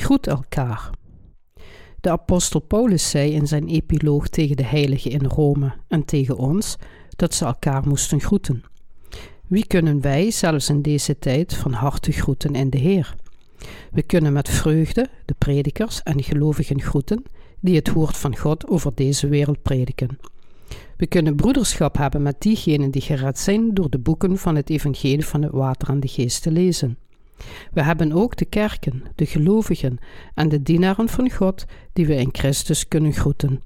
Groet elkaar. De apostel Paulus zei in zijn epiloog tegen de heiligen in Rome en tegen ons dat ze elkaar moesten groeten. Wie kunnen wij zelfs in deze tijd van harte groeten in de Heer? We kunnen met vreugde de predikers en gelovigen groeten die het woord van God over deze wereld prediken. We kunnen broederschap hebben met diegenen die gered zijn door de boeken van het evangelie van het water en de geest te lezen. We hebben ook de kerken, de gelovigen en de dienaren van God die we in Christus kunnen groeten.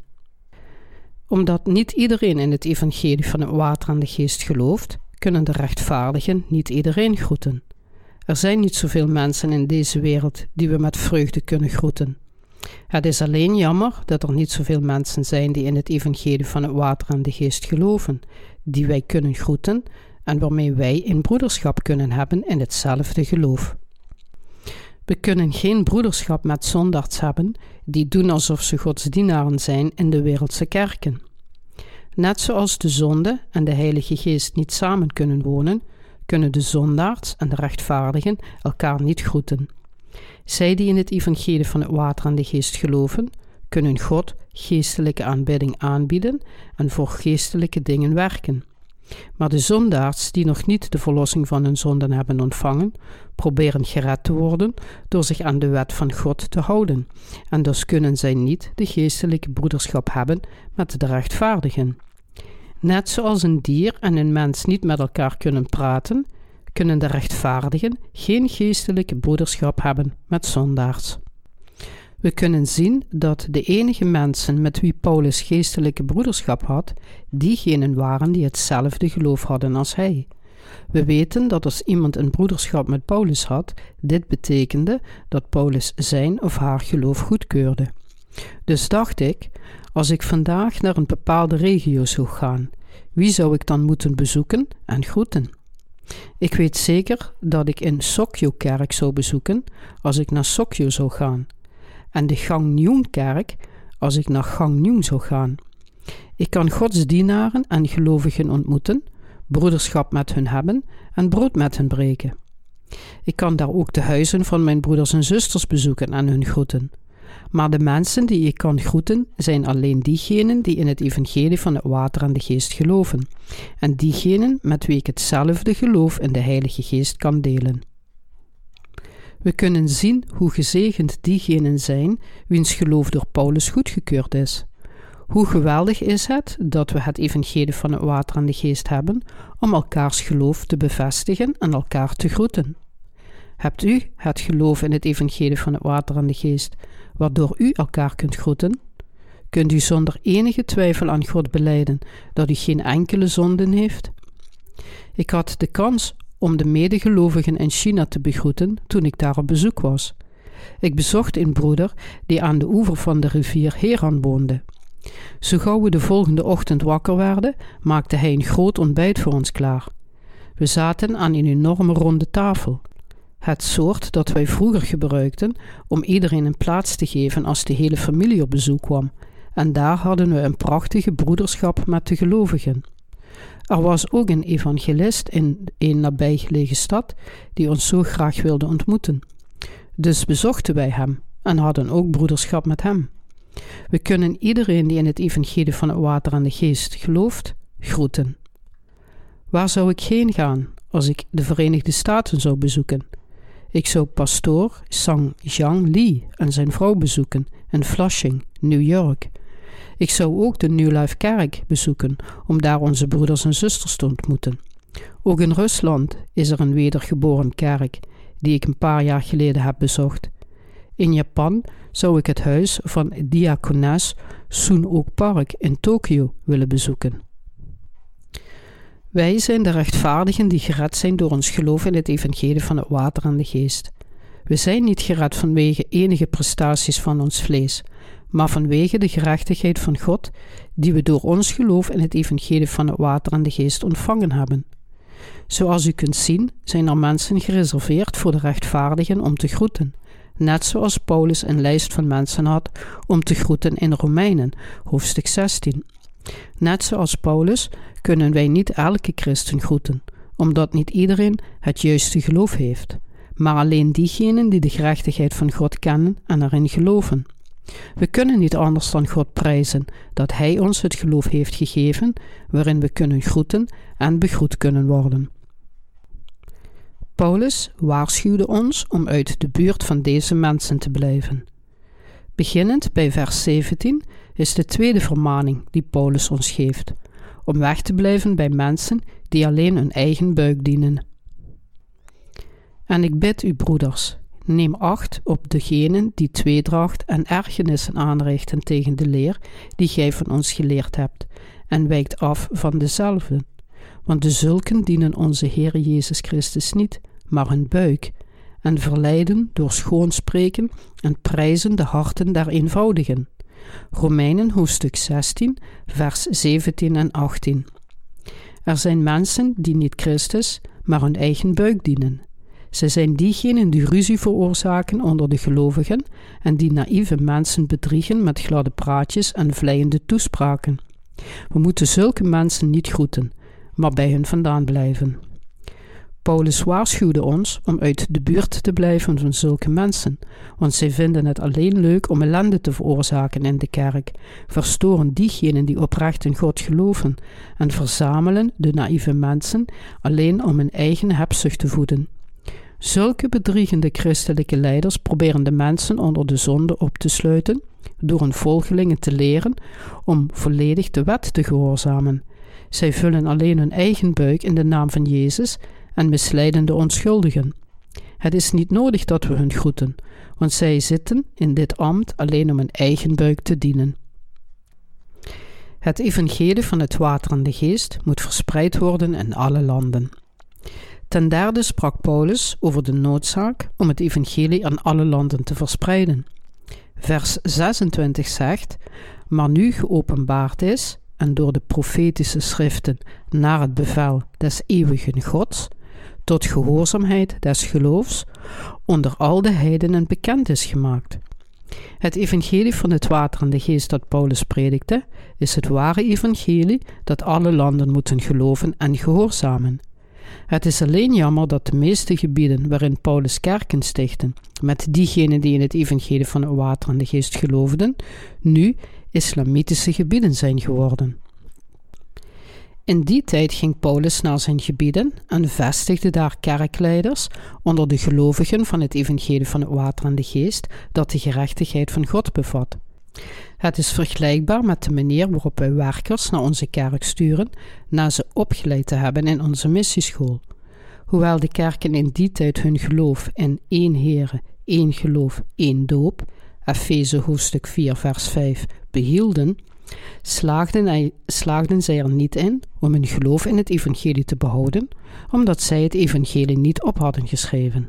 Omdat niet iedereen in het evangelie van het water en de geest gelooft, kunnen de rechtvaardigen niet iedereen groeten. Er zijn niet zoveel mensen in deze wereld die we met vreugde kunnen groeten. Het is alleen jammer dat er niet zoveel mensen zijn die in het evangelie van het water en de geest geloven, die wij kunnen groeten en waarmee wij in broederschap kunnen hebben in hetzelfde geloof. We kunnen geen broederschap met zondaards hebben die doen alsof ze Gods dienaren zijn in de wereldse kerken. Net zoals de zonde en de Heilige Geest niet samen kunnen wonen, kunnen de zondaards en de rechtvaardigen elkaar niet groeten. Zij die in het evangelie van het water en de geest geloven, kunnen God geestelijke aanbidding aanbieden en voor geestelijke dingen werken. Maar de zondaards die nog niet de verlossing van hun zonden hebben ontvangen, proberen gered te worden door zich aan de wet van God te houden. En dus kunnen zij niet de geestelijke broederschap hebben met de rechtvaardigen. Net zoals een dier en een mens niet met elkaar kunnen praten, kunnen de rechtvaardigen geen geestelijke broederschap hebben met zondaards. We kunnen zien dat de enige mensen met wie Paulus geestelijke broederschap had, diegenen waren die hetzelfde geloof hadden als hij. We weten dat als iemand een broederschap met Paulus had, dit betekende dat Paulus zijn of haar geloof goedkeurde. Dus dacht ik, als ik vandaag naar een bepaalde regio zou gaan, wie zou ik dan moeten bezoeken en groeten? Ik weet zeker dat ik een Sokyo-kerk zou bezoeken als ik naar Sokyo zou gaan. En de Gangneung-kerk als ik naar Gangneung zou gaan. Ik kan Gods dienaren en gelovigen ontmoeten, broederschap met hun hebben en brood met hen breken. Ik kan daar ook de huizen van mijn broeders en zusters bezoeken en hun groeten. Maar de mensen die ik kan groeten zijn alleen diegenen die in het evangelie van het water en de geest geloven en diegenen met wie ik hetzelfde geloof in de Heilige Geest kan delen. We kunnen zien hoe gezegend diegenen zijn wiens geloof door Paulus goedgekeurd is. Hoe geweldig is het dat we het evangelie van het water en de geest hebben om elkaars geloof te bevestigen en elkaar te groeten. Hebt u het geloof in het evangelie van het water en de geest, waardoor u elkaar kunt groeten? Kunt u zonder enige twijfel aan God belijden dat u geen enkele zonden heeft? Ik had de kans om de medegelovigen in China te begroeten toen ik daar op bezoek was. Ik bezocht een broeder die aan de oever van de rivier Heran woonde. Zo gauw we de volgende ochtend wakker werden, maakte hij een groot ontbijt voor ons klaar. We zaten aan een enorme ronde tafel. Het soort dat wij vroeger gebruikten om iedereen een plaats te geven als de hele familie op bezoek kwam. En daar hadden we een prachtige broederschap met de gelovigen. Er was ook een evangelist in een nabijgelegen stad die ons zo graag wilde ontmoeten. Dus bezochten wij hem en hadden ook broederschap met hem. We kunnen iedereen die in het evangelie van het water en de geest gelooft, groeten. Waar zou ik heen gaan als ik de Verenigde Staten zou bezoeken? Ik zou pastoor Sang-Jiang Lee en zijn vrouw bezoeken in Flushing, New York. Ik zou ook de New Life Kerk bezoeken om daar onze broeders en zusters te ontmoeten. Ook in Rusland is er een wedergeboren kerk die ik een paar jaar geleden heb bezocht. In Japan zou ik het huis van diakones Sun-ok Park in Tokio willen bezoeken. Wij zijn de rechtvaardigen die gered zijn door ons geloof in het evangelie van het water en de geest. We zijn niet gered vanwege enige prestaties van ons vlees, maar vanwege de gerechtigheid van God die we door ons geloof in het evangelie van het water en de geest ontvangen hebben. Zoals u kunt zien zijn er mensen gereserveerd voor de rechtvaardigen om te groeten, net zoals Paulus een lijst van mensen had om te groeten in Romeinen, hoofdstuk 16. Net zoals Paulus kunnen wij niet elke christen groeten, omdat niet iedereen het juiste geloof heeft. maar alleen diegenen die de gerechtigheid van God kennen en erin geloven. We kunnen niet anders dan God prijzen dat Hij ons het geloof heeft gegeven, waarin we kunnen groeten en begroet kunnen worden. Paulus waarschuwde ons om uit de buurt van deze mensen te blijven. Beginnend bij vers 17 is de tweede vermaning die Paulus ons geeft, om weg te blijven bij mensen die alleen hun eigen buik dienen. En ik bid u, broeders, neem acht op degenen die tweedracht en ergernissen aanrichten tegen de leer die gij van ons geleerd hebt, en wijkt af van dezelfde. Want dezulken dienen onze Heer Jezus Christus niet, maar hun buik, en verleiden door schoonspreken en prijzen de harten der eenvoudigen. Romeinen hoofdstuk 16, vers 17 en 18. Er zijn mensen die niet Christus, maar hun eigen buik dienen. Zij zijn diegenen die ruzie veroorzaken onder de gelovigen en die naïeve mensen bedriegen met gladde praatjes en vleiende toespraken. We moeten zulke mensen niet groeten, maar bij hen vandaan blijven. Paulus waarschuwde ons om uit de buurt te blijven van zulke mensen, want zij vinden het alleen leuk om ellende te veroorzaken in de kerk, verstoren diegenen die oprecht in God geloven en verzamelen de naïeve mensen alleen om hun eigen hebzucht te voeden. Zulke bedriegende christelijke leiders proberen de mensen onder de zonde op te sluiten door hun volgelingen te leren om volledig de wet te gehoorzamen. Zij vullen alleen hun eigen buik in de naam van Jezus en misleiden de onschuldigen. Het is niet nodig dat we hun groeten, want zij zitten in dit ambt alleen om hun eigen buik te dienen. Het evangelie van het water en de geest moet verspreid worden in alle landen. Ten derde sprak Paulus over de noodzaak om het evangelie aan alle landen te verspreiden. Vers 26 zegt: maar nu geopenbaard is en door de profetische schriften naar het bevel des eeuwigen Gods, tot gehoorzaamheid des geloofs, onder al de heidenen bekend is gemaakt. Het evangelie van het water en de geest dat Paulus predikte, is het ware evangelie dat alle landen moeten geloven en gehoorzamen. Het is alleen jammer dat de meeste gebieden waarin Paulus kerken stichtte, met diegenen die in het evangelie van het water en de geest geloofden, nu islamitische gebieden zijn geworden. In die tijd ging Paulus naar zijn gebieden en vestigde daar kerkleiders onder de gelovigen van het evangelie van het water en de geest dat de gerechtigheid van God bevat. Het is vergelijkbaar met de manier waarop wij werkers naar onze kerk sturen, na ze opgeleid te hebben in onze missieschool. Hoewel de kerken in die tijd hun geloof in één Heere, één geloof, één doop, Efeze hoofdstuk 4 vers 5, behielden, slaagden zij er niet in om hun geloof in het evangelie te behouden, omdat zij het evangelie niet op hadden geschreven.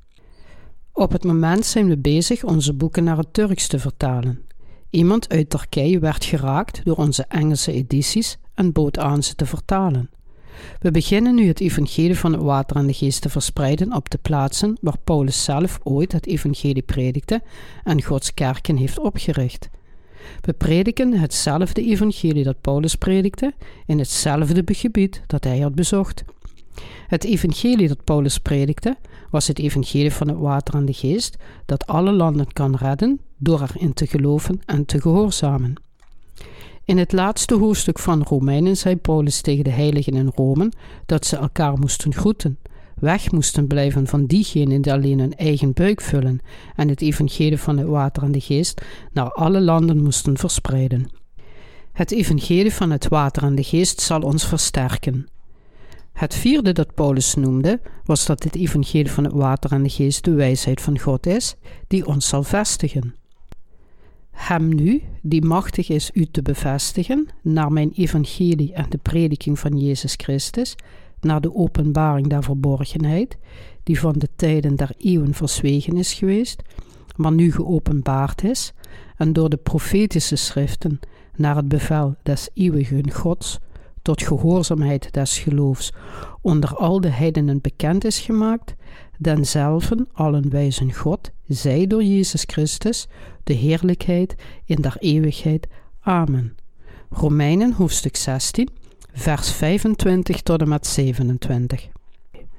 Op het moment zijn we bezig onze boeken naar het Turks te vertalen. Iemand uit Turkije werd geraakt door onze Engelse edities en bood aan ze te vertalen. We beginnen nu het evangelie van het water en de geest te verspreiden op de plaatsen waar Paulus zelf ooit het evangelie predikte en Gods kerken heeft opgericht. We prediken hetzelfde evangelie dat Paulus predikte in hetzelfde gebied dat hij had bezocht. Het evangelie dat Paulus predikte was het evangelie van het water en de geest dat alle landen kan redden door erin te geloven en te gehoorzamen. In het laatste hoofdstuk van Romeinen zei Paulus tegen de heiligen in Rome dat ze elkaar moesten groeten, weg moesten blijven van diegenen die alleen hun eigen buik vullen en het evangelie van het water en de geest naar alle landen moesten verspreiden. Het evangelie van het water en de geest zal ons versterken. Het vierde dat Paulus noemde, was dat het evangelie van het water en de geest de wijsheid van God is, die ons zal vestigen. Hem nu, die machtig is u te bevestigen, naar mijn evangelie en de prediking van Jezus Christus, naar de openbaring der verborgenheid, die van de tijden der eeuwen verzwegen is geweest, maar nu geopenbaard is, en door de profetische schriften naar het bevel des eeuwigen Gods, tot gehoorzaamheid des geloofs, onder al de heidenen bekend is gemaakt, denzelven allen wijzen God, zij door Jezus Christus, de heerlijkheid in der eeuwigheid. Amen. Romeinen hoofdstuk 16, vers 25 tot en met 27.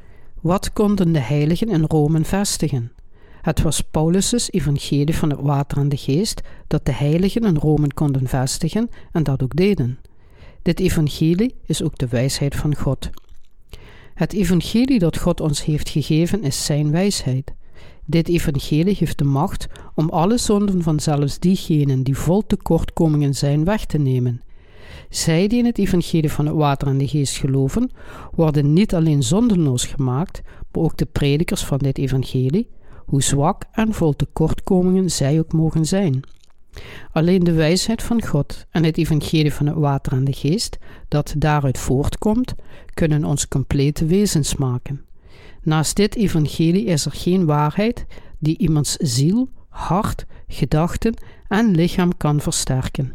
Wat konden de heiligen in Rome vestigen? Het was Paulus' evangelie van het water en de geest dat de heiligen in Rome konden vestigen en dat ook deden. Dit evangelie is ook de wijsheid van God. Het evangelie dat God ons heeft gegeven is zijn wijsheid. Dit evangelie heeft de macht om alle zonden van zelfs diegenen die vol tekortkomingen zijn weg te nemen. Zij die in het evangelie van het water en de geest geloven, worden niet alleen zondenloos gemaakt, maar ook de predikers van dit evangelie, hoe zwak en vol tekortkomingen zij ook mogen zijn. Alleen de wijsheid van God en het evangelie van het water en de geest, dat daaruit voortkomt, kunnen ons complete wezens maken. Naast dit evangelie is er geen waarheid die iemands ziel, hart, gedachten en lichaam kan versterken.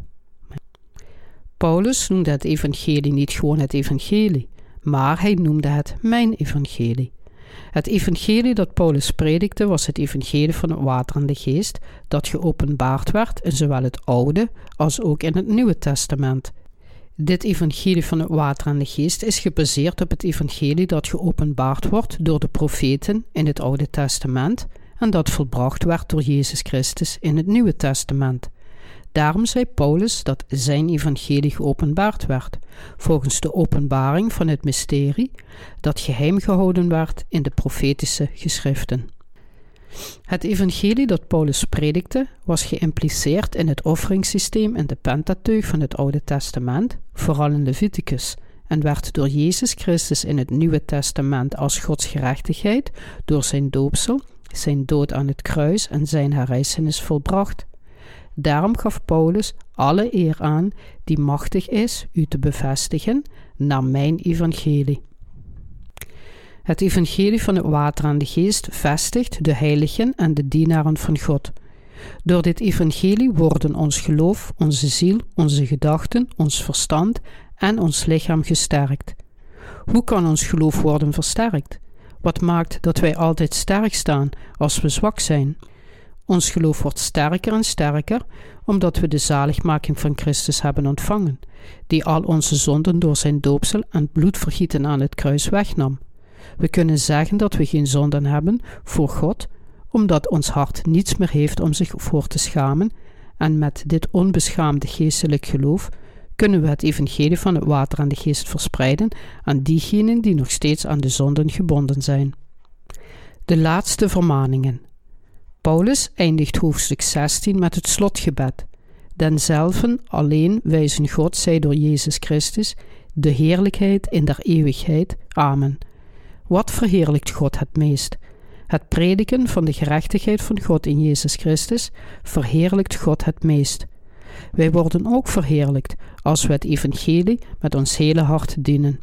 Paulus noemde het evangelie niet gewoon het evangelie, maar hij noemde het mijn evangelie. Het evangelie dat Paulus predikte was het evangelie van het water en de geest, dat geopenbaard werd in zowel het Oude als ook in het Nieuwe Testament. Dit evangelie van het water en de geest is gebaseerd op het evangelie dat geopenbaard wordt door de profeten in het Oude Testament en dat volbracht werd door Jezus Christus in het Nieuwe Testament. Daarom zei Paulus dat zijn evangelie geopenbaard werd, volgens de openbaring van het mysterie dat geheim gehouden werd in de profetische geschriften. Het evangelie dat Paulus predikte was geïmpliceerd in het offeringssysteem in de Pentateuch van het Oude Testament, vooral in Leviticus, en werd door Jezus Christus in het Nieuwe Testament als Gods gerechtigheid door zijn doopsel, zijn dood aan het kruis en zijn herrijzenis volbracht. Daarom gaf Paulus alle eer aan die machtig is u te bevestigen naar mijn evangelie. Het evangelie van het water en de geest vestigt de heiligen en de dienaren van God. Door dit evangelie worden ons geloof, onze ziel, onze gedachten, ons verstand en ons lichaam gesterkt. Hoe kan ons geloof worden versterkt? Wat maakt dat wij altijd sterk staan als we zwak zijn? Ons geloof wordt sterker en sterker, omdat we de zaligmaking van Christus hebben ontvangen, die al onze zonden door zijn doopsel en bloedvergieten aan het kruis wegnam. We kunnen zeggen dat we geen zonden hebben voor God, omdat ons hart niets meer heeft om zich voor te schamen, en met dit onbeschaamde geestelijk geloof kunnen we het evangelie van het water en de geest verspreiden aan diegenen die nog steeds aan de zonden gebonden zijn. De laatste vermaningen. Paulus eindigt hoofdstuk 16 met het slotgebed. Denzelven alleen wijzen God zij door Jezus Christus de heerlijkheid in der eeuwigheid. Amen. Wat verheerlijkt God het meest? Het prediken van de gerechtigheid van God in Jezus Christus verheerlijkt God het meest. Wij worden ook verheerlijkt als we het evangelie met ons hele hart dienen.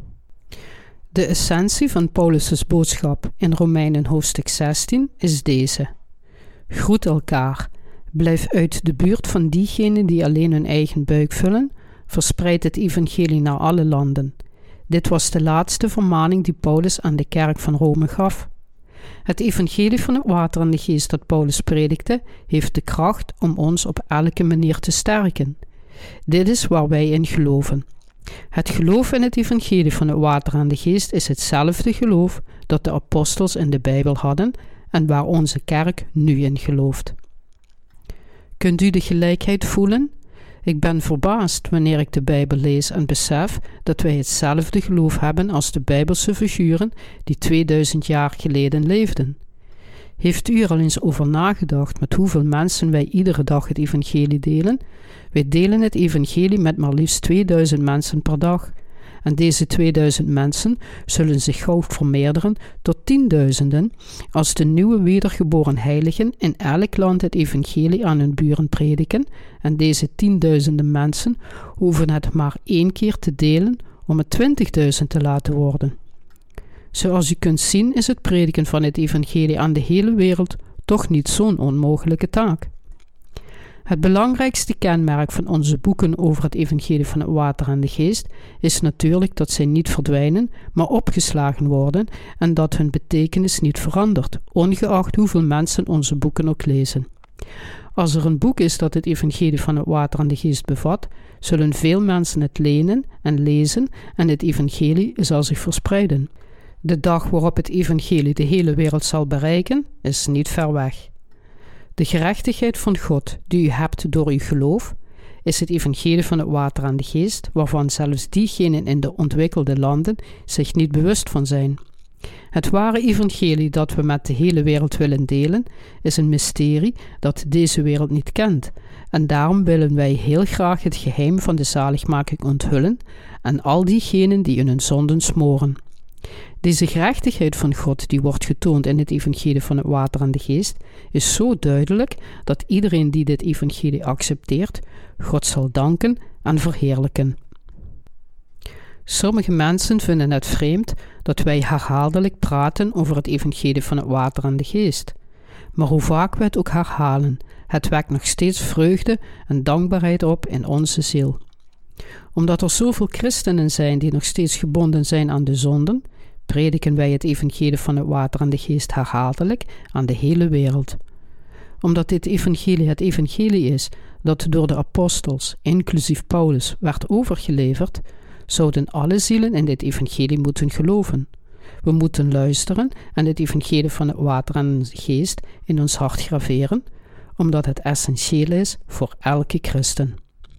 De essentie van Paulus' boodschap in Romeinen hoofdstuk 16 is deze. Groet elkaar. Blijf uit de buurt van diegenen die alleen hun eigen buik vullen. Verspreid het evangelie naar alle landen. Dit was de laatste vermaning die Paulus aan de kerk van Rome gaf. Het evangelie van het water en de geest dat Paulus predikte, heeft de kracht om ons op elke manier te sterken. Dit is waar wij in geloven. Het geloof in het evangelie van het water en de geest is hetzelfde geloof dat de apostels in de Bijbel hadden en waar onze kerk nu in gelooft. Kunt u de gelijkheid voelen? Ik ben verbaasd wanneer ik de Bijbel lees en besef dat wij hetzelfde geloof hebben als de Bijbelse figuren die 2000 jaar geleden leefden. Heeft u er al eens over nagedacht met hoeveel mensen wij iedere dag het evangelie delen? Wij delen het evangelie met maar liefst 2000 mensen per dag. En deze 2000 mensen zullen zich gauw vermeerderen tot tienduizenden als de nieuwe wedergeboren heiligen in elk land het evangelie aan hun buren prediken en deze tienduizenden mensen hoeven het maar 1 keer te delen om het 20.000 te laten worden. Zoals u kunt zien is het prediken van het evangelie aan de hele wereld toch niet zo'n onmogelijke taak. Het belangrijkste kenmerk van onze boeken over het evangelie van het water en de geest is natuurlijk dat zij niet verdwijnen, maar opgeslagen worden en dat hun betekenis niet verandert, ongeacht hoeveel mensen onze boeken ook lezen. Als er een boek is dat het evangelie van het water en de geest bevat, zullen veel mensen het lenen en lezen en het evangelie zal zich verspreiden. De dag waarop het evangelie de hele wereld zal bereiken, is niet ver weg. De gerechtigheid van God die u hebt door uw geloof, is het evangelie van het water en de geest, waarvan zelfs diegenen in de ontwikkelde landen zich niet bewust van zijn. Het ware evangelie dat we met de hele wereld willen delen, is een mysterie dat deze wereld niet kent. En daarom willen wij heel graag het geheim van de zaligmaking onthullen aan al diegenen die in hun zonden smoren. Deze gerechtigheid van God die wordt getoond in het evangelie van het water en de geest, is zo duidelijk dat iedereen die dit evangelie accepteert, God zal danken en verheerlijken. Sommige mensen vinden het vreemd dat wij herhaaldelijk praten over het evangelie van het water en de geest. Maar hoe vaak we het ook herhalen, het wekt nog steeds vreugde en dankbaarheid op in onze ziel. Omdat er zoveel christenen zijn die nog steeds gebonden zijn aan de zonden, prediken wij het evangelie van het water en de geest herhaaldelijk aan de hele wereld. Omdat dit evangelie het evangelie is dat door de apostels, inclusief Paulus, werd overgeleverd, zouden alle zielen in dit evangelie moeten geloven. We moeten luisteren en het evangelie van het water en de geest in ons hart graveren, omdat het essentieel is voor elke christen.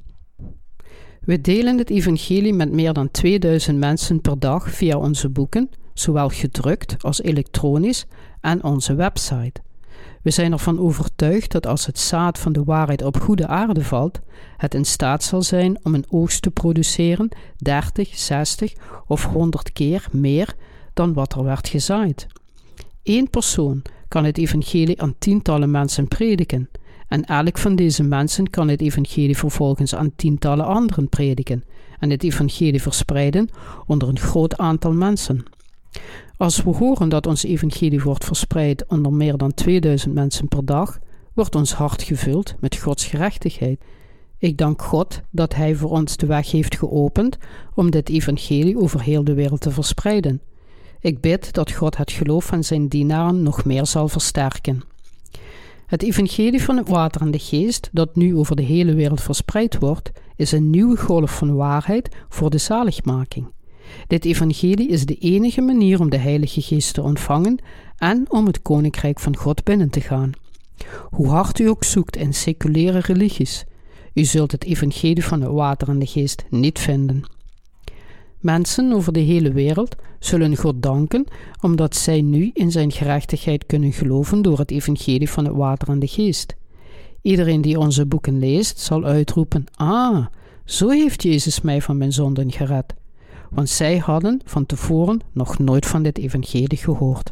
We delen het evangelie met meer dan 2000 mensen per dag via onze boeken, zowel gedrukt als elektronisch, en onze website. We zijn ervan overtuigd dat als het zaad van de waarheid op goede aarde valt, het in staat zal zijn om een oogst te produceren 30, 60 of 100 keer meer dan wat er werd gezaaid. 1 persoon kan het evangelie aan tientallen mensen prediken en elk van deze mensen kan het evangelie vervolgens aan tientallen anderen prediken en het evangelie verspreiden onder een groot aantal mensen. Als we horen dat ons evangelie wordt verspreid onder meer dan 2000 mensen per dag, wordt ons hart gevuld met Gods gerechtigheid. Ik dank God dat Hij voor ons de weg heeft geopend om dit evangelie over heel de wereld te verspreiden. Ik bid dat God het geloof van zijn dienaren nog meer zal versterken. Het evangelie van het water en de geest, dat nu over de hele wereld verspreid wordt, is een nieuwe golf van waarheid voor de zaligmaking. Dit evangelie is de enige manier om de Heilige Geest te ontvangen en om het Koninkrijk van God binnen te gaan. Hoe hard u ook zoekt in seculiere religies, u zult het evangelie van het water en de geest niet vinden. Mensen over de hele wereld zullen God danken, omdat zij nu in zijn gerechtigheid kunnen geloven door het evangelie van het water en de geest. Iedereen die onze boeken leest, zal uitroepen, zo heeft Jezus mij van mijn zonden gered. Want zij hadden van tevoren nog nooit van dit evangelie gehoord.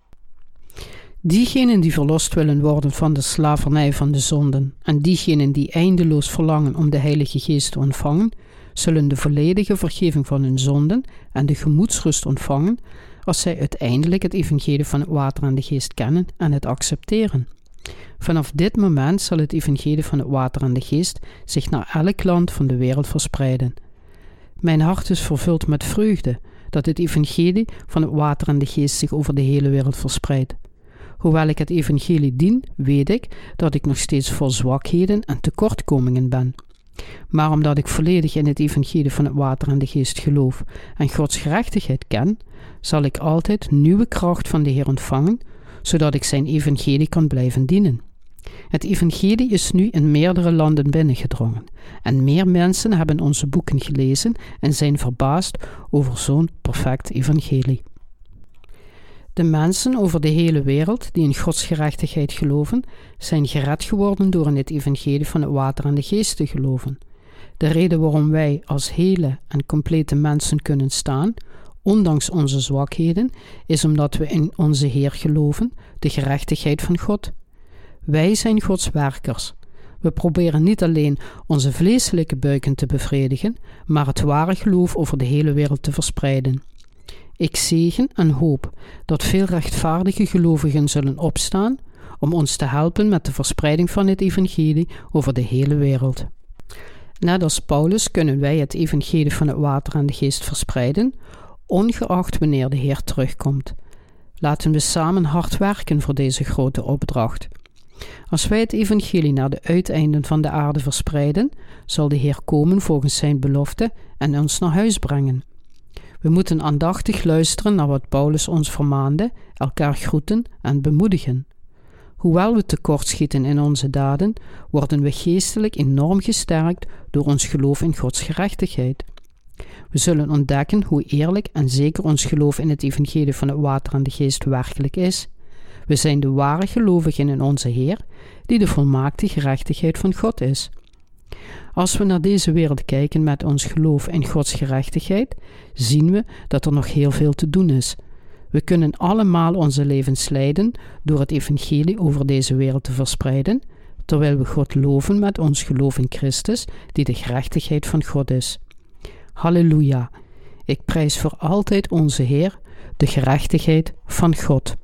Diegenen die verlost willen worden van de slavernij van de zonden en diegenen die eindeloos verlangen om de Heilige Geest te ontvangen, zullen de volledige vergeving van hun zonden en de gemoedsrust ontvangen als zij uiteindelijk het evangelie van het water en de geest kennen en het accepteren. Vanaf dit moment zal het evangelie van het water en de geest zich naar elk land van de wereld verspreiden. Mijn hart is vervuld met vreugde dat het evangelie van het water en de geest zich over de hele wereld verspreidt. Hoewel ik het evangelie dien, weet ik dat ik nog steeds vol zwakheden en tekortkomingen ben. Maar omdat ik volledig in het evangelie van het water en de geest geloof en Gods gerechtigheid ken, zal ik altijd nieuwe kracht van de Heer ontvangen, zodat ik zijn evangelie kan blijven dienen. Het evangelie is nu in meerdere landen binnengedrongen en meer mensen hebben onze boeken gelezen en zijn verbaasd over zo'n perfect evangelie. De mensen over de hele wereld die in Gods gerechtigheid geloven, zijn gered geworden door in het evangelie van het water en de geest te geloven. De reden waarom wij als hele en complete mensen kunnen staan, ondanks onze zwakheden, is omdat we in onze Heer geloven, de gerechtigheid van God. Wij zijn Gods werkers. We proberen niet alleen onze vleeselijke buiken te bevredigen, maar het ware geloof over de hele wereld te verspreiden. Ik zegen en hoop dat veel rechtvaardige gelovigen zullen opstaan om ons te helpen met de verspreiding van het evangelie over de hele wereld. Net als Paulus kunnen wij het evangelie van het water en de geest verspreiden, ongeacht wanneer de Heer terugkomt. Laten we samen hard werken voor deze grote opdracht. Als wij het evangelie naar de uiteinden van de aarde verspreiden, zal de Heer komen volgens zijn belofte en ons naar huis brengen. We moeten aandachtig luisteren naar wat Paulus ons vermaande, elkaar groeten en bemoedigen. Hoewel we tekortschieten in onze daden, worden we geestelijk enorm gesterkt door ons geloof in Gods gerechtigheid. We zullen ontdekken hoe eerlijk en zeker ons geloof in het evangelie van het water en de geest werkelijk is. We zijn de ware gelovigen in onze Heer, die de volmaakte gerechtigheid van God is. Als we naar deze wereld kijken met ons geloof in Gods gerechtigheid, zien we dat er nog heel veel te doen is. We kunnen allemaal onze levens leiden door het evangelie over deze wereld te verspreiden, terwijl we God loven met ons geloof in Christus, die de gerechtigheid van God is. Halleluja! Ik prijs voor altijd onze Heer, de gerechtigheid van God.